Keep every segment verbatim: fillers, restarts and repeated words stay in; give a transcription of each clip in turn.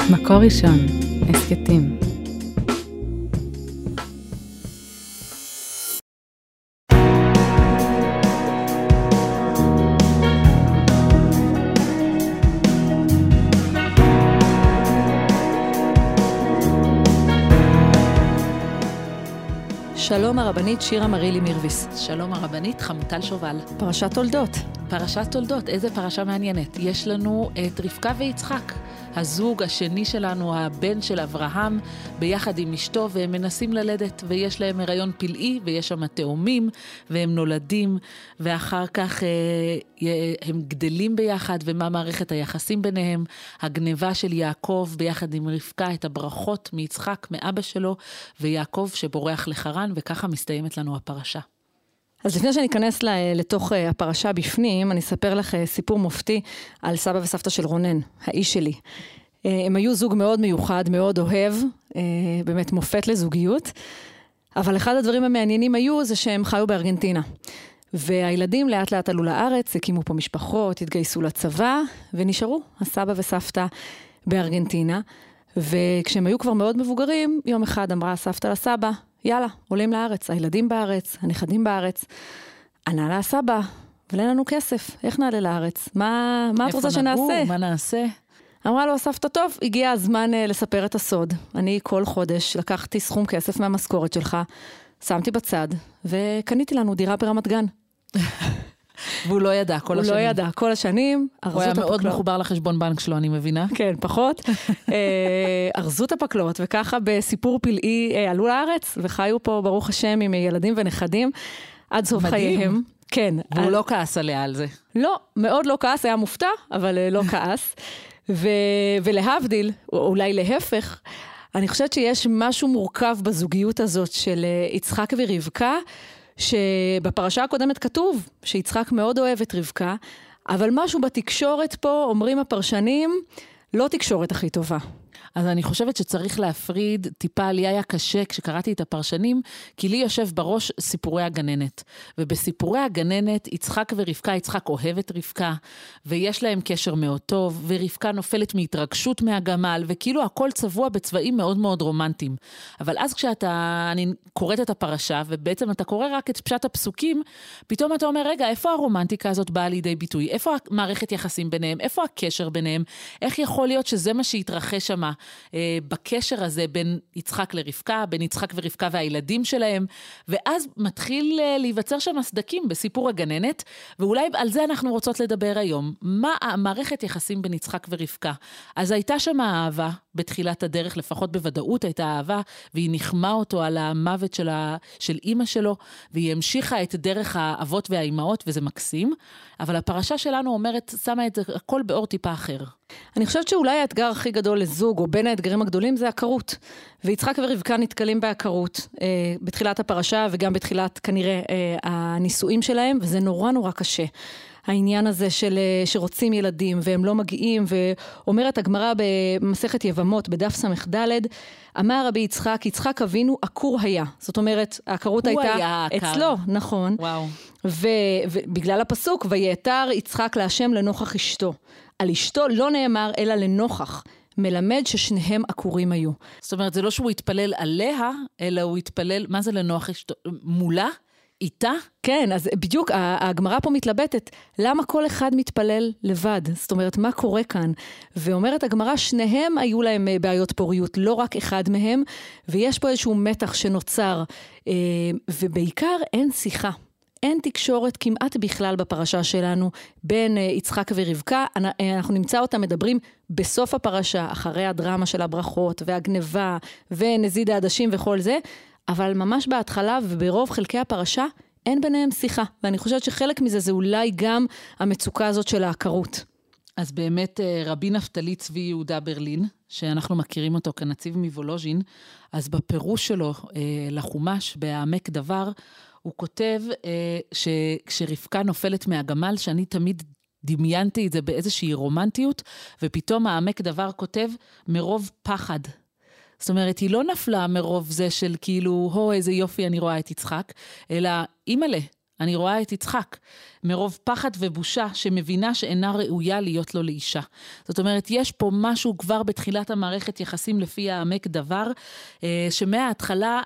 מקור ראשון, הסקטים. שלום הרבנית שירה מרילי מירביס. שלום הרבנית חמוטל שובל. פרשת תולדות. פרשת תולדות, איזה פרשה מעניינת. יש לנו את רבקה ויצחק, הזוג השני שלנו, הבן של אברהם, ביחד עם אשתו, והם מנסים ללדת, ויש להם הריון פלאי, ויש שם תאומים, והם נולדים, ואחר כך אה, הם גדלים ביחד, ומה מערכת היחסים ביניהם, הגניבה של יעקב ביחד עם רבקה, את הברכות מיצחק, מאבא שלו, ויעקב שבורח לחרן, וככה מסתיימת לנו הפרשה. אז לפני שאני אכנס לתוך הפרשה בפנים, אני אספר לך סיפור מופתי על סבא וסבתא של רונן, האיש שלי. הם היו זוג מאוד מיוחד, מאוד אוהב, באמת מופת לזוגיות, אבל אחד הדברים המעניינים היו זה שהם חיו בארגנטינה. והילדים לאט לאט עלו לארץ, הקימו פה משפחות, התגייסו לצבא, ונשארו הסבא וסבתא בארגנטינה. וכשהם היו כבר מאוד מבוגרים, יום אחד אמרה הסבתא לסבא, יאללה, עולים לארץ, הילדים בארץ, הנכדים בארץ. ענה לה הסבא, אבל אין לנו כסף, איך נעלה לארץ? מה, מה את רוצה שנעשה? איפה נגור? מה נעשה? אמרה לו הסבתא, טוב, הגיע הזמן uh, לספר את הסוד. אני כל חודש לקחתי סכום כסף מהמשכורת שלך, שמתי בצד, וקניתי לנו דירה ברמת גן. והוא לא ידע כל השנים. הוא לא ידע כל השנים. הוא היה מאוד מחובר לחשבון בנק שלו, אני מבינה. כן, פחות. ארזו את הפקלות, וככה בסיפור פלאי עלו לארץ, וחיו פה ברוך השם עם ילדים ונכדים, עד סוף חייהם. כן. והוא לא כעס עליה על זה. לא, מאוד לא כעס, היה מופתע, אבל לא כעס. ולהבדיל, אולי להפך, אני חושבת שיש משהו מורכב בזוגיות הזאת של יצחק ורבקה, שבפרשה הקודמת כתוב שיצחק מאוד אוהב את רבקה, אבל משהו בתקשורת פה, אומרים הפרשנים, לא תקשורת הכי טובה. אז אני חושבת שצריך להפריד, טיפה לי היה קשה כשקראתי את הפרשנים, כי לי יושב בראש סיפורי הגננת. ובסיפורי הגננת, יצחק ורבקה, יצחק אוהב את רבקה, ויש להם קשר מאוד טוב, ורבקה נופלת מהתרגשות מהגמל, וכאילו הכל צבוע בצבעים מאוד מאוד רומנטיים. אבל אז כשאתה, אני קוראת את הפרשה, ובעצם אתה קורא רק את פשט הפסוקים, פתאום אתה אומר, רגע, איפה הרומנטיקה הזאת באה לידי ביטוי? איפה המערכת יחסים ביניהם? איפה הקשר ביניהם? איך יכול להיות שזה מה שהתרחש שמה? בקשר הזה בין יצחק לרבקה, בין יצחק ורבקה והילדים שלהם, ואז מתחיל להיווצר שם הסדקים בסיפור הגננת, ואולי על זה אנחנו רוצות לדבר היום. מה המערכת יחסים בין יצחק ורבקה? אז הייתה שם האהבה בתחילת הדרך, לפחות בוודאות הייתה אהבה, והיא נחמה אותו על המוות של, ה... של אמא שלו, והיא המשיכה את דרך האבות והאימהות, וזה מקסים, אבל הפרשה שלנו אומרת, שמה את זה הכל באור טיפה אחר. אני חושבת שאולי האתגר הכי גדול לזוג, או בין האתגרים הגדולים, זה הכרות. ויצחק ורבקה נתקלים בהכרות, אה, בתחילת הפרשה, וגם בתחילת כנראה אה, הנישואים שלהם, וזה נורא נורא קשה. העניין הזה של שרוצים ילדים והם לא מגיעים, ואומרת הגמרא במסכת יבמות בדף סמך ד', אמר רבי יצחק, יצחק אבינו עקור היה. זאת אומרת, העקרות הייתה אצלו, נכון. וואו. ובגלל הפסוק, ויתר יצחק להשם לנוכח אשתו. על אשתו לא נאמר אלא לנוכח. מלמד ששניהם עקורים היו. זאת אומרת, זה לא שהוא התפלל עליה, אלא הוא התפלל, מה זה לנוכח אשתו? מולה? איתה? כן, אז בדיוק הגמרא פה מתלבטת, למה כל אחד מתפלל לבד? זאת אומרת, מה קורה כאן? ואומרת הגמרא, שניהם היו להם בעיות פוריות, לא רק אחד מהם, ויש פה איזשהו מתח שנוצר, ובעיקר אין שיחה. אין תקשורת כמעט בכלל בפרשה שלנו בין יצחק ורבקה, אנחנו נמצא אותם מדברים בסוף הפרשה, אחרי הדרמה של הברכות והגניבה ונזיד העדשים וכל זה, אבל ממש בהתחלה וברוב חלקי הפרשה אין ביניהם שיחה, ואני חושבת שחלק מזה זה אולי גם המצוקה הזאת של ההכרות. אז באמת רבי נפתלי צבי יהודה ברלין, שאנחנו מכירים אותו כנציב מוולוז'ין, אז בפירוש שלו לחומש בעמק דבר, הוא כותב שכשרבקה נופלת מהגמל, שאני תמיד דמיינתי את זה באיזושהי רומנטיות, ופתאום העמק דבר כותב מרוב פחד. זאת אומרת, היא לא נפלה מרוב זה של כאילו, הו, איזה יופי אני רואה את יצחק, אלא אימאלה, אני רואה את יצחק, מרוב פחד ובושה שמבינה שאינה ראויה להיות לו לאישה. זאת אומרת, יש פה משהו כבר בתחילת המערכת יחסים לפי העמק דבר, שמההתחלה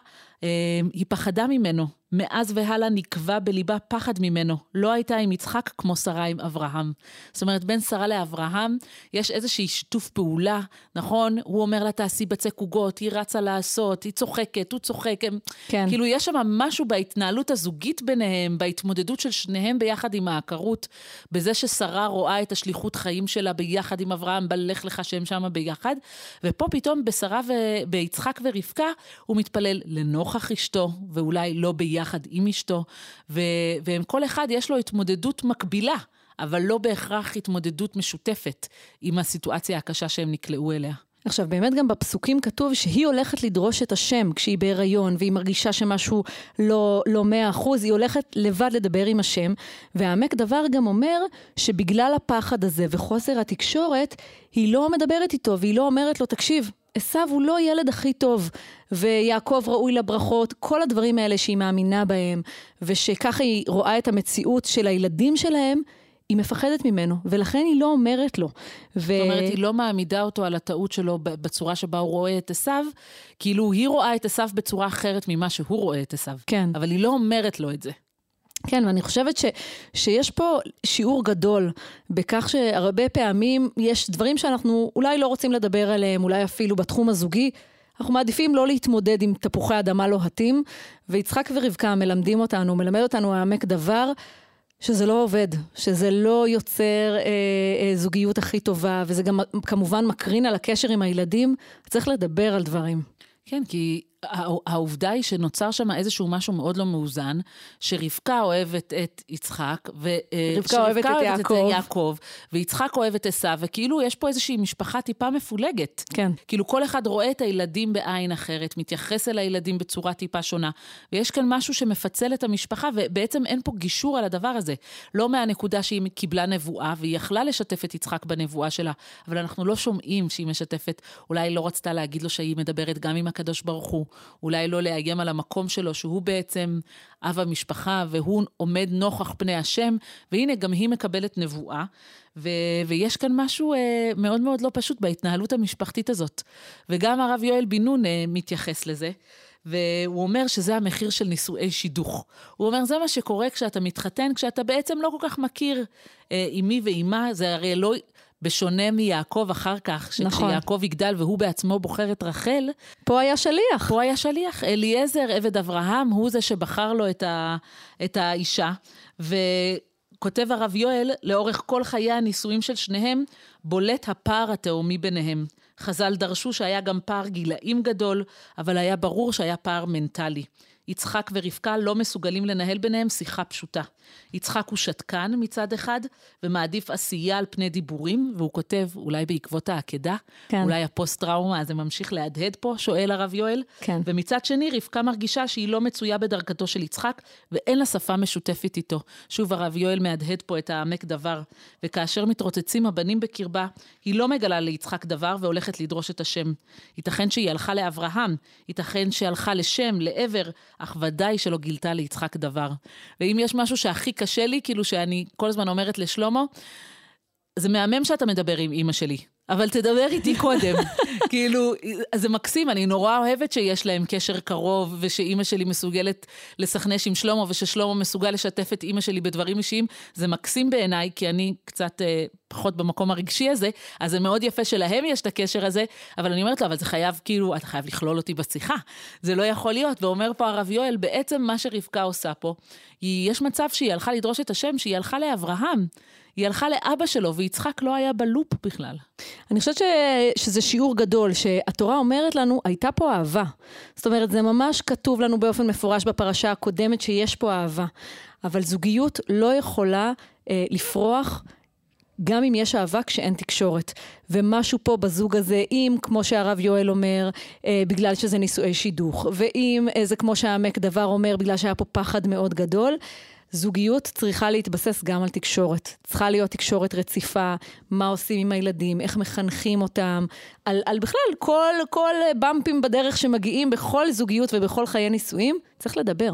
היא פחדה ממנו. מאז והלאה נקבע בליבה פחד ממנו. לא הייתה עם יצחק כמו שרה עם אברהם. זאת אומרת, בין שרה לאברהם יש איזושהי שיתוף פעולה, נכון? הוא אומר לה, תעשי בצק עוגות, היא רצה לעשות, היא צוחקת, הוא צוחק. כן. כאילו, יש שם משהו בהתנהלות הזוגית ביניהם, בהתמודדות של שניהם ביחד עם העקרות, בזה ששרה רואה את השליחות חיים שלה ביחד עם אברהם, בלך לך שהם שם ביחד, ופה פתאום בשרה וביצחק ורבקה, הוא מתפלל לנוכח אשתו, ואולי לא ביחד. יחד עם אשתו, ו- והם כל אחד יש לו התמודדות מקבילה, אבל לא בהכרח התמודדות משותפת עם הסיטואציה הקשה שהם נקלעו אליה. עכשיו, באמת גם בפסוקים כתוב שהיא הולכת לדרוש את השם כשהיא בהיריון, והיא מרגישה שמשהו לא, לא מאה אחוז, היא הולכת לבד לדבר עם השם, והעמק דבר גם אומר שבגלל הפחד הזה וחוסר התקשורת, היא לא מדברת איתו, והיא לא אומרת לו, תקשיב, עשיו הוא לא ילד הכי טוב, ויעקב ראוי לברכות, כל הדברים האלה שהיא מאמינה בהם, ושככה היא רואה את המציאות של הילדים שלהם, היא מפחדת ממנו, ולכן היא לא אומרת לו. ו... זאת אומרת, היא לא מעמידה אותו על הטעות שלו בצורה שבה הוא רואה את עשיו, כאילו היא רואה את עשיו בצורה אחרת ממה שהוא רואה את עשיו. כן. אבל היא לא אומרת לו את זה. כן, ואני חושבת ש, שיש פה שיעור גדול בכך שהרבה פעמים יש דברים שאנחנו אולי לא רוצים לדבר עליהם, אולי אפילו בתחום הזוגי, אנחנו מעדיפים לא להתמודד עם תפוחי אדמה לוהטים, ויצחק ורבקה מלמדים אותנו, מלמד אותנו העמק דבר, שזה לא עובד, שזה לא יוצר אה, אה, זוגיות הכי טובה, וזה גם כמובן מקרין על הקשר עם הילדים, צריך לדבר על דברים. כן, כי העובדה היא שנוצר שם איזשהו משהו מאוד לא מאוזן, שרבקה אוהבת את יצחק, רבקה אוהבת את יעקב. יעקב, ויצחק אוהב את עשיו, וכאילו יש פה איזושהי משפחה טיפה מפולגת. כן. כאילו כל אחד רואה את הילדים בעין אחרת, מתייחס אל הילדים בצורה טיפה שונה, ויש כאן משהו שמפצל את המשפחה, ובעצם אין פה גישור על הדבר הזה. לא מהנקודה שהיא קיבלה נבואה, והיא יכלה לשתף את יצחק בנבואה שלה, אבל אנחנו לא שומעים שהיא משתפת, אולי לא רצתה להגיד לו שהיא מדברת גם עם הקדוש ברוך הוא, אולי לא לאיים על המקום שלו, שהוא בעצם אב המשפחה, והוא עומד נוכח פני השם, והנה גם היא מקבלת נבואה, ו- ויש כאן משהו אה, מאוד מאוד לא פשוט בהתנהלות המשפחתית הזאת. וגם הרב יואל בן נון אה, מתייחס לזה, והוא אומר שזה המחיר של נישואי שידוך. הוא אומר, זה מה שקורה כשאתה מתחתן, כשאתה בעצם לא כל כך מכיר אה, עם מי ועם מה, זה הרי לא... בשונה מיעקב אחר כך, שכשיעקב נכון. יגדל והוא בעצמו בוחר את רחל, פה היה שליח. פה היה שליח. אליעזר, עבד אברהם, הוא זה שבחר לו את, ה, את האישה, וכותב הרב יואל, לאורך כל חיי הנישואים של שניהם, בולט הפער התאומי ביניהם. חז"ל דרשו שהיה גם פער גילאים גדול, אבל היה ברור שהיה פער מנטלי. יצחק ורבקה לא מסוגלים לנהל ביניהם שיחה פשוטה. יצחק הוא שתקן מצד אחד, ומעדיף עשייה על פני דיבורים, והוא כותב, אולי בעקבות העקדה, כן. אולי הפוסט-טראומה, אז זה ממשיך להדהד פה, שואל הרב יואל. כן. ומצד שני, רבקה מרגישה שהיא לא מצויה בדרכתו של יצחק, ואין לה שפה משותפת איתו. שוב, הרב יואל מהדהד פה את העמק דבר, וכאשר מתרוצצים הבנים בקרבה, היא לא מגלה ליצחק דבר, והולכת לדרוש את השם. ייתכן שהיא הלכה לאברהם, ייתכן שהלכה לשם, לעבר, אך ודאי שלא גילתה ליצחק דבר. ואם יש משהו שהכי קשה לי, כאילו שאני כל הזמן אומרת לשלמה, זה מהמם שאתה מדבר עם אמא שלי, אבל תדבר איתי קודם. כאילו, זה מקסים, אני נורא אוהבת שיש להם קשר קרוב, ושאמא שלי מסוגלת לסכנש עם שלמה, וששלמה מסוגל לשתף את אמא שלי בדברים אישיים, זה מקסים בעיניי, כי אני קצת אה, פחות במקום הרגשי הזה, אז זה מאוד יפה שלהם יש את הקשר הזה, אבל אני אומרת לו, אבל זה חייב, כאילו, אתה חייב לכלול אותי בשיחה, זה לא יכול להיות, ואומר פה הרב יואל, בעצם מה שרבקה עושה פה, היא, יש מצב שהיא הלכה לדרוש את השם, שהיא הלכה לאברהם, היא הלכה לאבא שלו, ויצחק לא היה בלופ בכלל. אני חושבת ש... שזה שיעור גדול, שהתורה אומרת לנו, הייתה פה אהבה. זאת אומרת, זה ממש כתוב לנו באופן מפורש בפרשה הקודמת, שיש פה אהבה. אבל זוגיות לא יכולה אה, לפרוח, גם אם יש אהבה כשאין תקשורת. ומשהו פה בזוג הזה, אם, כמו שהרב יואל אומר, אה, בגלל שזה נישואי שידוך, ואם אה, זה כמו שהעמק דבר אומר, בגלל שהיה פה פחד מאוד גדול, זוגיות צריכה להתבסס גם על תקשורת. צריכה להיות תקשורת רציפה, מה עושים עם הילדים, איך מחנכים אותם, על, על בכלל כל, כל במפים בדרך שמגיעים בכל זוגיות ובכל חיי נישואים, צריך לדבר.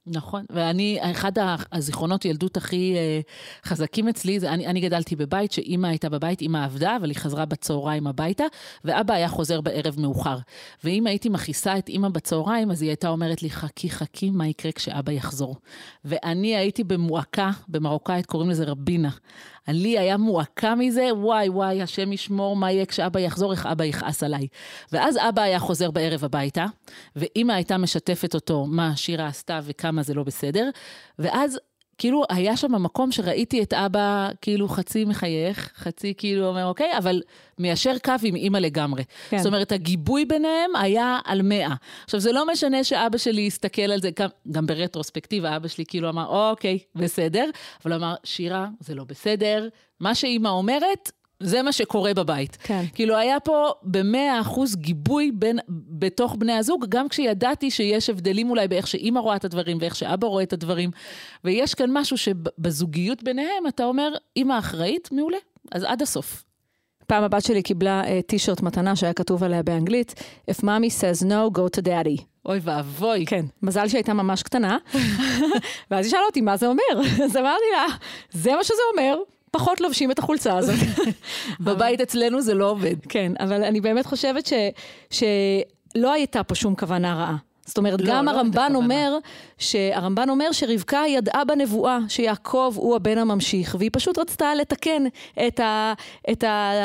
נכון, ואני, אחד הזיכרונות ילדות הכי uh, חזקים אצלי, זה, אני, אני גדלתי בבית, שאמא הייתה בבית, אמא עבדה, אבל היא חזרה בצהריים הביתה, ואבא היה חוזר בערב מאוחר. ואם הייתי מכיסה את אמא בצהריים, אז היא הייתה אומרת לי, חכי, חכי, מה יקרה כשאבא יחזור? ואני הייתי במועקה, במרוקאית קוראים לזה רבינה. לי היה מועקה מזה, וואי וואי, השם ישמור, מה יהיה כשאבא יחזור, איך אבא יכעס עליי. ואז אבא היה חוזר בערב הביתה, ואמא הייתה משתפת אותו מה שירה עשתה וכמה זה לא בסדר, ואז כאילו היה שם מקום שראיתי את אבא כאילו חצי מחייך, חצי כאילו אומר אוקיי, אבל מיישר קו עם אמא לגמרי. כן. זאת אומרת, הגיבוי ביניהם היה על מאה. עכשיו, זה לא משנה שאבא שלי יסתכל על זה, גם, גם ברטרוספקטיבה, אבא שלי כאילו אמר, אוקיי, בסדר, אבל הוא אמר, שירה, זה לא בסדר, מה שאמא אומרת, זה מה שקורה בבית. כן. כאילו היה פה במאה אחוז גיבוי בין, בתוך בני הזוג, גם כשידעתי שיש הבדלים אולי באיך שאמא רואה את הדברים, ואיך שאבא רואה את הדברים, ויש כאן משהו שבזוגיות ביניהם, אתה אומר, אמא אחראית, מעולה, אז עד הסוף. פעם הבת שלי קיבלה uh, טישרט מתנה שהיה כתוב עליה באנגלית, If mommy says no, go to daddy. אוי ואבוי. כן, מזל שהייתה ממש קטנה, ואז היא שאלה אותי מה זה אומר, אז אמרתי לה, זה מה שזה אומר, פחות לובשים את החולצה הזאת. בבית אצלנו זה לא עובד. כן, אבל אני באמת חושבת ש, שלא הייתה פה שום כוונה רעה. זאת אומרת, לא, גם לא הרמב"ן אומר, שהרמב"ן אומר שרבקה ידעה בנבואה שיעקב הוא הבן הממשיך, והיא פשוט רצתה לתקן את, ה, את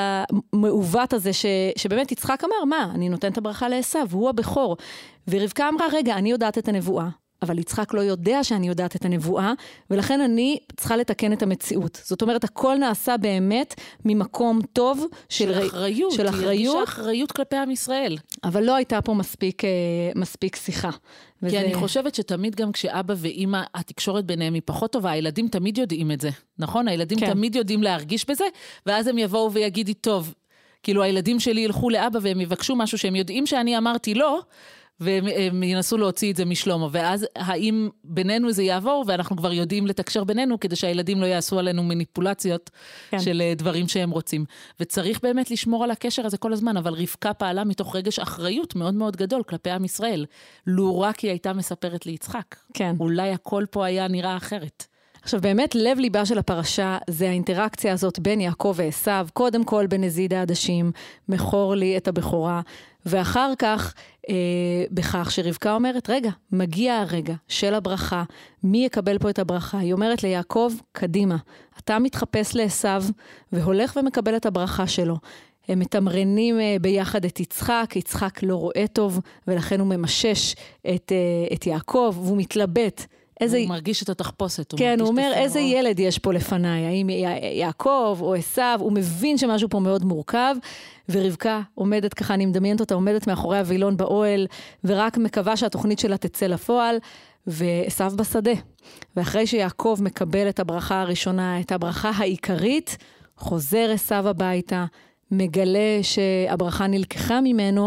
המעוות הזה, ש, שבאמת יצחק אמר, מה, אני נותן את הברכה לעשיו, הוא הבכור. ורבקה אמרה, רגע, אני יודעת את הנבואה. אבל יצחק לא יודע שאני יודעת את הנבואה, ולכן אני צריכה לתקן את המציאות. זאת אומרת, הכל נעשה באמת ממקום טוב של, של אחריות. של אחריות. היא אחריות כלפי עם ישראל. אבל לא הייתה פה מספיק, מספיק שיחה. כי וזה... אני חושבת שתמיד גם כשאבא ואמא, התקשורת ביניהם היא פחות טובה, הילדים תמיד יודעים את זה, נכון? הילדים כן. תמיד יודעים להרגיש בזה, ואז הם יבואו ויגידו, טוב, כאילו הילדים שלי ילכו לאבא והם יבקשו משהו שהם יודעים שאני אמרתי לא, והם ינסו להוציא את זה משלומו, ואז האם בינינו זה יעבור, ואנחנו כבר יודעים לתקשר בינינו, כדי שהילדים לא יעשו עלינו מניפולציות כן. של דברים שהם רוצים. וצריך באמת לשמור על הקשר הזה כל הזמן, אבל רבקה פעלה מתוך רגש אחריות מאוד מאוד גדול כלפי עם ישראל. לו רק היא הייתה מספרת ליצחק. כן. אולי הכל פה היה נראה אחרת. עכשיו באמת לב ליבה של הפרשה זה האינטראקציה הזאת בין יעקב ועשיו, קודם כל בנזיד העדשים, מכור לי את הבכורה, ואחר כך אה, בכך שרבקה אומרת, רגע, מגיע הרגע של הברכה, מי יקבל פה את הברכה? היא אומרת ליעקב, קדימה, אתה מתחפש לעשיו והולך ומקבל את הברכה שלו. הם מתמרנים אה, ביחד את יצחק, יצחק לא רואה טוב, ולכן הוא ממשש את, אה, את יעקב, והוא מתלבט, איזה... הוא מרגיש את התחפושת. הוא כן, הוא אומר, בסדר. איזה ילד יש פה לפניי, האם יעקב או עשיו, הוא מבין שמשהו פה מאוד מורכב, ורבקה עומדת ככה, אני מדמיינת אותה, עומדת מאחורי הווילון באוהל, ורק מקווה שהתוכנית שלה תצא לפועל, ועשיו בשדה. ואחרי שיעקב מקבל את הברכה הראשונה, את הברכה העיקרית, חוזר עשיו הביתה, מגלה שהברכה נלקחה ממנו,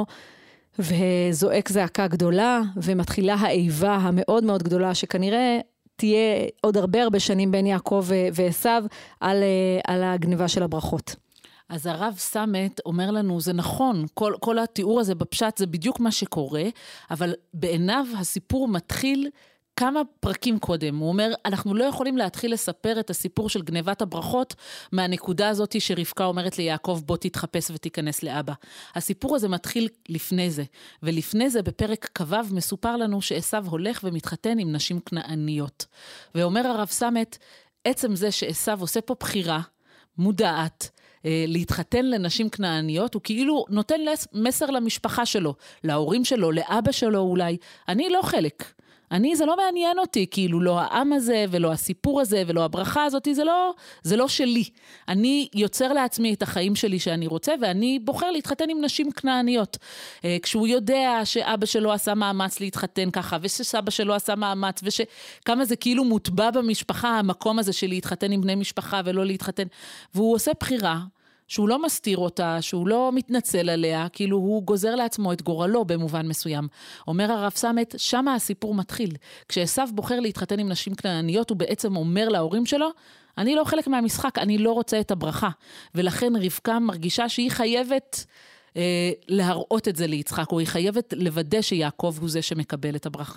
וזועק זעקה גדולה, ומתחילה האיבה המאוד מאוד גדולה, שכנראה תהיה עוד הרבה הרבה שנים בין יעקב ועשיו, על, על הגניבה של הברכות. אז הרב סמת אומר לנו, זה נכון, כל, כל התיאור הזה בפשט זה בדיוק מה שקורה, אבל בעיניו הסיפור מתחיל כמה פרקים קודם. הוא אומר, אנחנו לא יכולים להתחיל לספר את הסיפור של גניבת הברכות מהנקודה הזאת שרבקה אומרת ליעקב, בוא תתחפש ותיכנס לאבא. הסיפור הזה מתחיל לפני זה, ולפני זה בפרק כבב מסופר לנו שעשיו הולך ומתחתן עם נשים כנעניות. ואומר הרב סמת, עצם זה שעשיו עושה פה בחירה מודעת, להתחתן לנשים כנעניות, הוא כאילו נותן מסר למשפחה שלו, להורים שלו, לאבא שלו אולי, אני לא חלק. אני, זה לא מעניין אותי, כאילו לא העם הזה ולא הסיפור הזה ולא הברכה הזאת, זה לא, זה לא שלי. אני יוצר לעצמי את החיים שלי שאני רוצה, ואני בוחר להתחתן עם נשים כנעניות. כשהוא יודע שאבא שלו עשה מאמץ להתחתן ככה, ושסבא שלו עשה מאמץ, וכמה זה כאילו מוטבע במשפחה, המקום הזה של להתחתן עם בני משפחה ולא להתחתן, והוא עושה בחירה, שהוא לא מסתיר אותה, שהוא לא מתנצל עליה, כאילו הוא גוזר לעצמו את גורלו במובן מסוים. אומר הרב סמת, שמה הסיפור מתחיל. כשעשיו בוחר להתחתן עם נשים כנעניות, הוא בעצם אומר להורים שלו, אני לא חלק מהמשחק, אני לא רוצה את הברכה. ולכן רבקה מרגישה שהיא חייבת אה, להראות את זה ליצחק, או היא חייבת לוודא שיעקב הוא זה שמקבל את הברכה.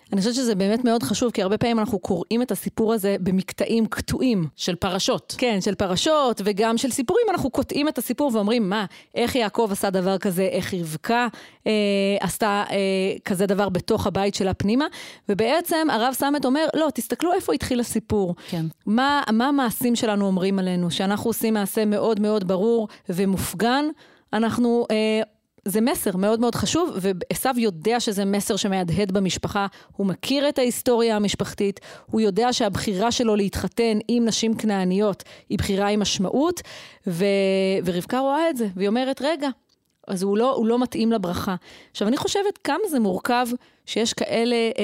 אני חושבת שזה באמת מאוד חשוב, כי הרבה פעמים אנחנו קוראים את הסיפור הזה במקטעים קטועים. של פרשות. כן, של פרשות, וגם של סיפורים, אנחנו קוטעים את הסיפור ואומרים, מה, איך יעקב עשה דבר כזה, איך רבקה אה, עשתה אה, כזה דבר בתוך הבית של הפנימה, ובעצם הרב סמט אומר, לא, תסתכלו איפה התחיל הסיפור. כן. מה, מה המעשים שלנו אומרים עלינו, שאנחנו עושים מעשה מאוד מאוד ברור ומופגן, אנחנו... אה, זה מסר מאוד מאוד חשוב, ועשיו יודע שזה מסר שמהדהד במשפחה, הוא מכיר את ההיסטוריה המשפחתית, הוא יודע שהבחירה שלו להתחתן עם נשים כנעניות היא בחירה עם משמעות, ו... ורבקה רואה את זה, והיא אומרת, רגע, אז הוא לא, הוא לא מתאים לברכה. עכשיו, אני חושבת כמה זה מורכב שיש כאלה אה,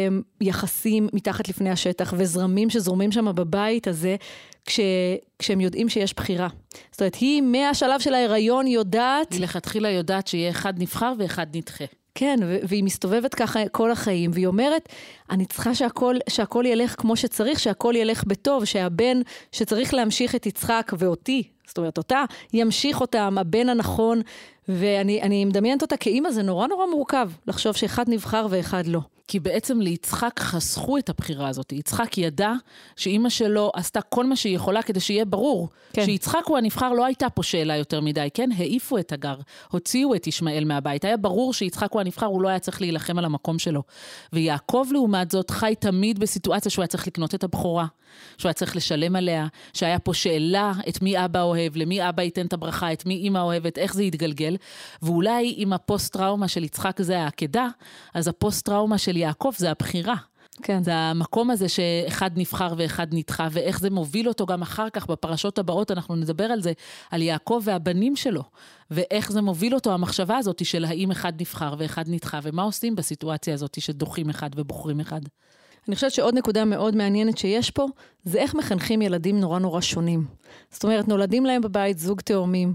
יחסים מתחת לפני השטח, וזרמים שזורמים שם בבית הזה, כש, כשהם יודעים שיש בחירה. זאת אומרת, היא מהשלב של ההיריון יודעת... היא לכתחילה יודעת שיהיה אחד נבחר ואחד נדחה. כן, והיא מסתובבת ככה כל החיים, והיא אומרת, אני צריכה שהכל, שהכל ילך כמו שצריך, שהכל ילך בטוב, שהבן שצריך להמשיך את יצחק ואותי, זאת אומרת, אותה, ימשיך אותם, הבן הנכון, ואני אני מדמיינת אותה כאמא, זה נורא נורא מורכב, לחשוב שאחד נבחר ואחד לא. כי בעצם ליצחק חסכו את הבחירה הזאת. יצחק ידע שאמא שלו עשתה כל מה שהיא יכולה כדי שיהיה ברור. כן. שיצחק הוא הנבחר, לא הייתה פה שאלה יותר מדי, כן? העיפו את הגר, הוציאו את ישמעאל מהבית. היה ברור שיצחק הוא הנבחר, הוא לא היה צריך להילחם על המקום שלו. ויעקב לעומת זאת חי תמיד בסיטואציה שהוא היה צריך לקנות את הבכורה, שהוא היה צריך לשלם עליה, שהיה פה שאלה את מי אבא אוהב, למי אבא ייתן את הברכה, את מי אמא אוהבת, איך זה יתגלגל. ואולי אם הפוסט-טראומה של יצחק זה העקדה, אז הפוסט-טראומה של יעקב זה הבחירה. כן. זה המקום הזה שאחד נבחר ואחד נדחה, ואיך זה מוביל אותו גם אחר כך בפרשות הבאות, אנחנו נדבר על זה, על יעקב והבנים שלו, ואיך זה מוביל אותו המחשבה הזאת של האם אחד נבחר ואחד נדחה, ומה עושים בסיטואציה הזאת שדוחים אחד ובוחרים אחד. אני חושבת שעוד נקודה מאוד מעניינת שיש פה, זה איך מחנכים ילדים נורא נורא שונים. זאת אומרת, נולדים להם בבית זוג תאומים,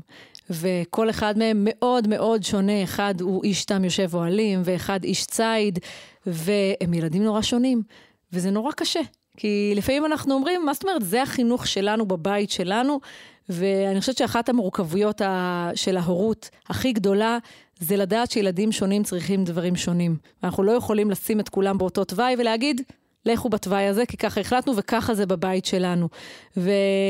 וכל אחד מהם מאוד מאוד שונה, אחד הוא איש תם יושב אוהלים, ואחד איש ציד, והם ילדים נורא שונים, וזה נורא קשה, כי לפעמים אנחנו אומרים, מה זאת אומרת, זה החינוך שלנו בבית שלנו, ואני חושבת שאחת המורכבויות של ההורות הכי גדולה, זה לדעת שילדים שונים צריכים דברים שונים, ואנחנו לא יכולים לשים את כולם באותו תוואי ולהגיד, לכו בתוואי הזה, כי ככה החלטנו וככה זה בבית שלנו. ו...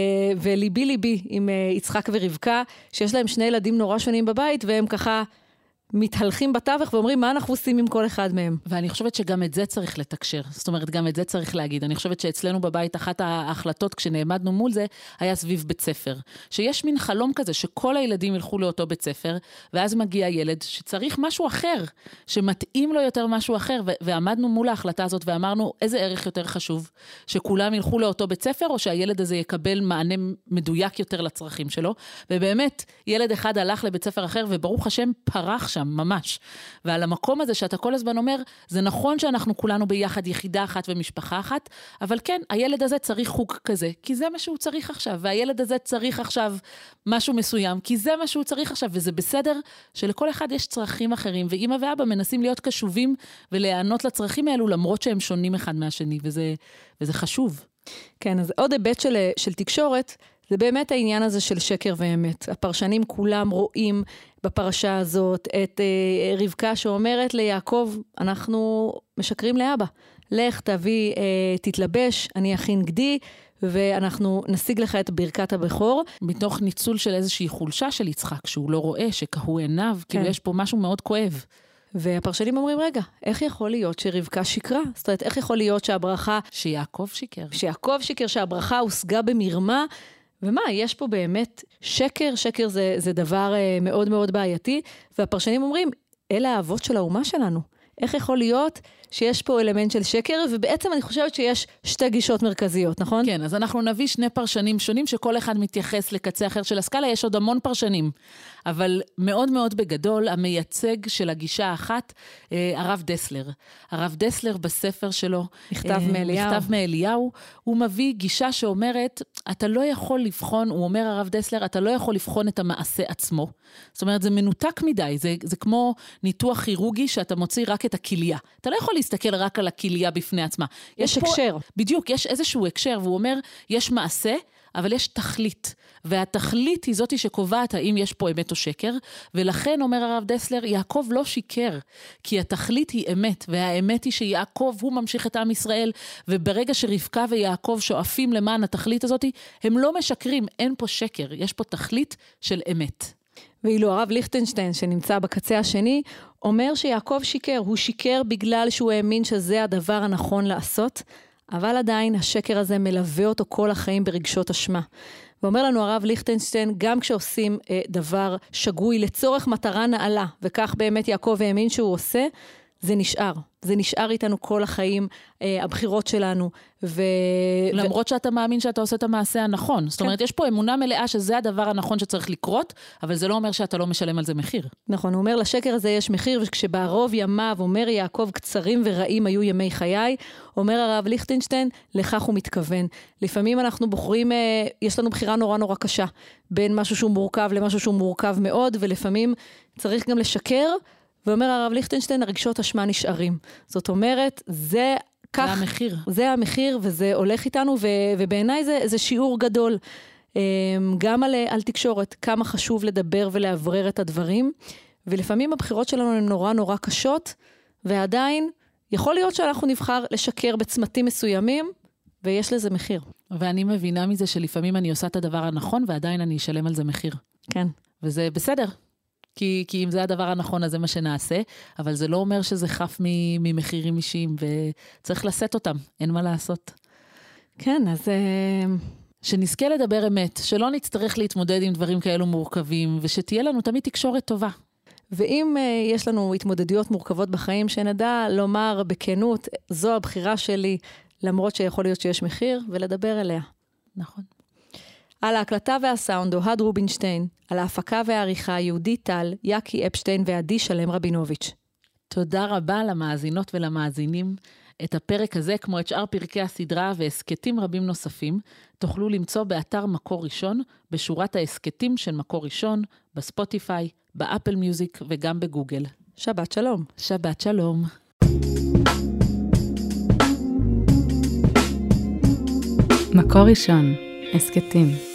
וליבי ליבי עם יצחק ורבקה, שיש להם שני ילדים נורא שונים בבית, והם ככה מתהלכים בתווך ואומרים מה אנחנו עושים עם כל אחד מהם. ואני חושבת שגם את זה צריך לתקשר. זאת אומרת, גם את זה צריך להגיד. אני חושבת שאצלנו בבית, אחת ההחלטות כשנעמדנו מול זה, היה סביב בית ספר. שיש מין חלום כזה שכל הילדים ילכו לאותו בית ספר, ואז מגיע ילד שצריך משהו אחר, שמתאים לו יותר משהו אחר, ו- ועמדנו מול ההחלטה הזאת ואמרנו, איזה ערך יותר חשוב? שכולם ילכו לאותו בית ספר, או שהילד הזה יקבל מענה מדויק יותר לצרכים שלו? ובאמת, ילד אחד הלך לבית ספר אחר, וברוך השם פרח שם, ממש. ועל המקום הזה שאתה כל הזמן אומר, זה נכון שאנחנו כולנו ביחד יחידה אחת ומשפחה אחת, אבל כן, הילד הזה צריך חוג כזה, כי זה מה שהוא צריך עכשיו, והילד הזה צריך עכשיו משהו מסוים, כי זה מה שהוא צריך עכשיו, וזה בסדר שלכל אחד יש צרכים אחרים, ואמא ואבא מנסים להיות קשובים ולהיענות לצרכים האלו, למרות שהם שונים אחד מהשני, וזה, וזה חשוב. כן, אז עוד היבט של, של תקשורת, זה באמת העניין הזה של שקר ואמת. הפרשנים כולם רואים בפרשה הזאת את אה, רבקה שאומרת ליעקב, אנחנו משקרים לאבא. לך תביא, אה, תתלבש, אני אכין גדי, ואנחנו נשיג לך את ברכת הבכור. מתוך ניצול של איזושהי חולשה של יצחק, שהוא לא רואה, שכהו עיניו, כן. כאילו יש פה משהו מאוד כואב. והפרשנים אומרים, רגע, איך יכול להיות שרבקה שקרה? זאת אומרת, איך יכול להיות שהברכה... שיעקב שיקר. שיעקב שיקר, שהברכה הושגה במרמה, ומה, יש פה באמת שקר, שקר זה, זה דבר uh, מאוד מאוד בעייתי, והפרשנים אומרים, אלה האבות של האומה שלנו. איך יכול להיות שיש פה אלמנט של שקר, ובעצם אני חושבת שיש שתי גישות מרכזיות, נכון? כן, אז אנחנו נביא שני פרשנים שונים, שכל אחד מתייחס לקצה אחר של הסקאלה, יש עוד המון פרשנים, אבל מאוד מאוד בגדול, המייצג של הגישה האחת, אה, הרב דסלר. הרב דסלר בספר שלו, מכתב אה, מאליהו. מכתב מאליהו, הוא מביא גישה שאומרת, אתה לא יכול לבחון, הוא אומר הרב דסלר, אתה לא יכול לבחון את המעשה עצמו. זאת אומרת, זה מנותק מדי, זה, זה כמו ניתוח כירורגי שאתה מוציא רק את הכליה. אתה לא יכול להסתכל רק על הכליה בפני עצמה. יש יש הקשר. פה, בדיוק, יש איזשהו הקשר, והוא אומר, יש מעשה, אבל יש תכלית, והתכלית היא זאת שקובעת האם יש פה אמת או שקר, ולכן אומר הרב דסלר, יעקב לא שיקר, כי התכלית היא אמת, והאמת היא שיעקב הוא ממשיך את עם ישראל, וברגע שרבקה ויעקב שואפים למען התכלית הזאת, הם לא משקרים, אין פה שקר, יש פה תכלית של אמת. ואילו הרב ליכטנשטיין, שנמצא בקצה השני, אומר שיעקב שיקר, הוא שיקר בגלל שהוא האמין שזה הדבר הנכון לעשות, אבל עדיין השקר הזה מלווה אותו כל החיים ברגשות אשמה. ואומר לנו הרב ליכטנשטיין, גם כשעושים אה, דבר שגוי לצורך מטרה נעלה, וכך באמת יעקב האמין שהוא עושה, זה נשאר. זה נשאר איתנו כל החיים, אה, הבחירות שלנו. ו... למרות ו... שאתה מאמין שאתה עושה את המעשה הנכון. זאת אומרת, כן. יש פה אמונה מלאה שזה הדבר הנכון שצריך לקרות, אבל זה לא אומר שאתה לא משלם על זה מחיר. נכון, הוא אומר, לשקר הזה יש מחיר, וכשבערוב ימיו אומר יעקב, קצרים ורעים היו ימי חיי, אומר הרב ליכטנשטיין, לכך הוא מתכוון. לפעמים אנחנו בוחרים, אה, יש לנו בחירה נורא נורא קשה, בין משהו שהוא מורכב למשהו שהוא מורכב מאוד, ולפעמים צריך גם לשקר, ואומר הרב ליכטנשטיין, הרגשות אשמה נשארים. זאת אומרת, זה כך, זה המחיר. זה המחיר, וזה הולך איתנו, ו, ובעיניי זה, זה שיעור גדול. גם על, על תקשורת, כמה חשוב לדבר ולעברר את הדברים, ולפעמים הבחירות שלנו הן נורא נורא קשות, ועדיין יכול להיות שאנחנו נבחר לשקר בצמתים מסוימים, ויש לזה מחיר. ואני מבינה מזה שלפעמים אני עושה את הדבר הנכון, ועדיין אני אשלם על זה מחיר. כן. וזה בסדר. כי, כי אם זה הדבר הנכון, אז זה מה שנעשה, אבל זה לא אומר שזה חף ממחירים אישיים, וצריך לשאת אותם, אין מה לעשות. כן, אז... שנזכה לדבר אמת, שלא נצטרך להתמודד עם דברים כאלו מורכבים, ושתהיה לנו תמיד תקשורת טובה. ואם uh, יש לנו התמודדויות מורכבות בחיים, שנדע לומר בכנות, זו הבחירה שלי, למרות שיכול להיות שיש מחיר, ולדבר אליה. נכון. על ההקלטה והסאונד, אוהד רובינשטיין, על ההפקה והעריכה, יהודית טל, יקי אפשטיין ועדי שלם רבינוביץ'. תודה רבה למאזינות ולמאזינים. את הפרק הזה, כמו את שאר פרקי הסדרה והסקטים רבים נוספים, תוכלו למצוא באתר מקור ראשון, בשורת ההסקטים של מקור ראשון, בספוטיפיי, באפל מיוזיק וגם בגוגל. שבת שלום. שבת שלום. מקור ראשון, הסקטים.